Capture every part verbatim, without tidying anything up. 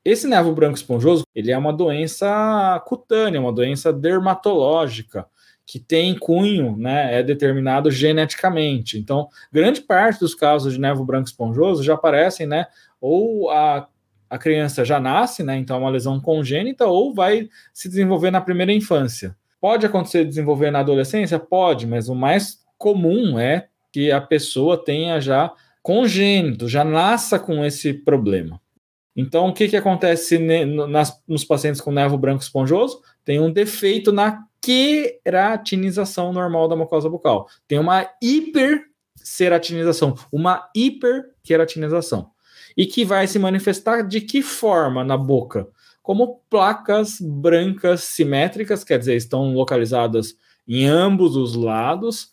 Esse névoa branco esponjoso, ele é uma doença cutânea, uma doença dermatológica, que tem cunho, né, é determinado geneticamente. Então, grande parte dos casos de névoa branco esponjoso já aparecem, né, ou a, a criança já nasce, né, então é uma lesão congênita, ou vai se desenvolver na primeira infância. Pode acontecer desenvolver na adolescência? Pode, mas o mais comum é que a pessoa tenha já congênito, já nasça com esse problema. Então, o que, que acontece nas, nos pacientes com névoa branco esponjoso? Tem um defeito na queratinização normal da mucosa bucal. Tem uma hiperceratinização, uma hiperqueratinização. E que vai se manifestar de que forma na boca? Como placas brancas simétricas, quer dizer, estão localizadas em ambos os lados,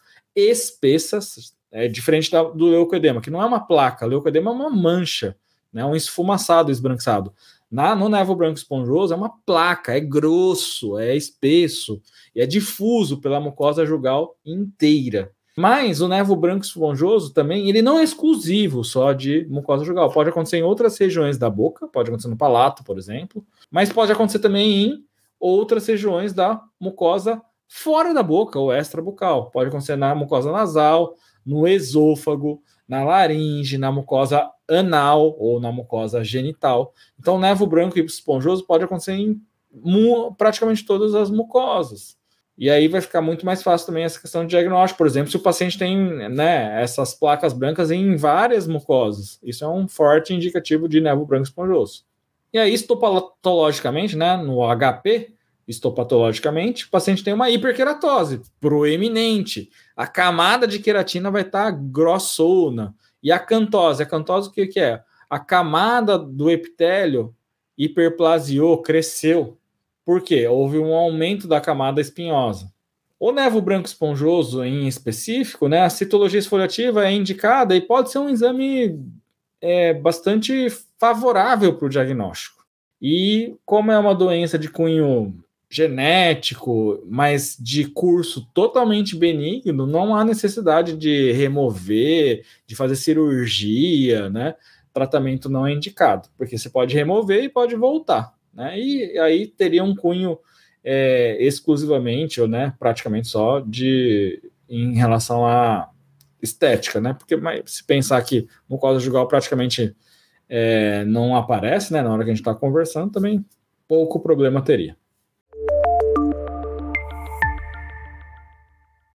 espessas, é diferente da, do leucoedema, que não é uma placa, leucoedema é uma mancha, né, um esfumaçado, esbranquiçado. Na, no névoa branco esponjoso é uma placa, é grosso, é espesso e é difuso pela mucosa jugal inteira. Mas o névoa branco esponjoso também, ele não é exclusivo só de mucosa jugal. Pode acontecer em outras regiões da boca, pode acontecer no palato, por exemplo, mas pode acontecer também em outras regiões da mucosa fora da boca ou extrabucal. Pode acontecer na mucosa nasal, no esôfago, na laringe, na mucosa anal ou na mucosa genital. Então, o névoa branco esponjoso pode acontecer em praticamente todas as mucosas. E aí vai ficar muito mais fácil também essa questão de diagnóstico. Por exemplo, se o paciente tem, né, essas placas brancas em várias mucosas, isso é um forte indicativo de névoa branco esponjoso. E aí, histopatologicamente, né, no H P, histopatologicamente, o paciente tem uma hiperqueratose proeminente. A camada de queratina vai estar grossona. E a cantose, a cantose o que, que é? A camada do epitélio hiperplasiou, cresceu. Por quê? Houve um aumento da camada espinhosa. O névoa branco esponjoso, em específico, né, a citologia esfoliativa é indicada e pode ser um exame é, bastante favorável para o diagnóstico. E como é uma doença de cunho genético, mas de curso totalmente benigno, não há necessidade de remover, de fazer cirurgia, né? Tratamento não é indicado, porque você pode remover e pode voltar, né? E aí teria um cunho é, exclusivamente, ou né, praticamente só de em relação à estética, né? Porque mas, se pensar que mucosa jugal praticamente é, não aparece, né? Na hora que a gente está conversando, também pouco problema teria.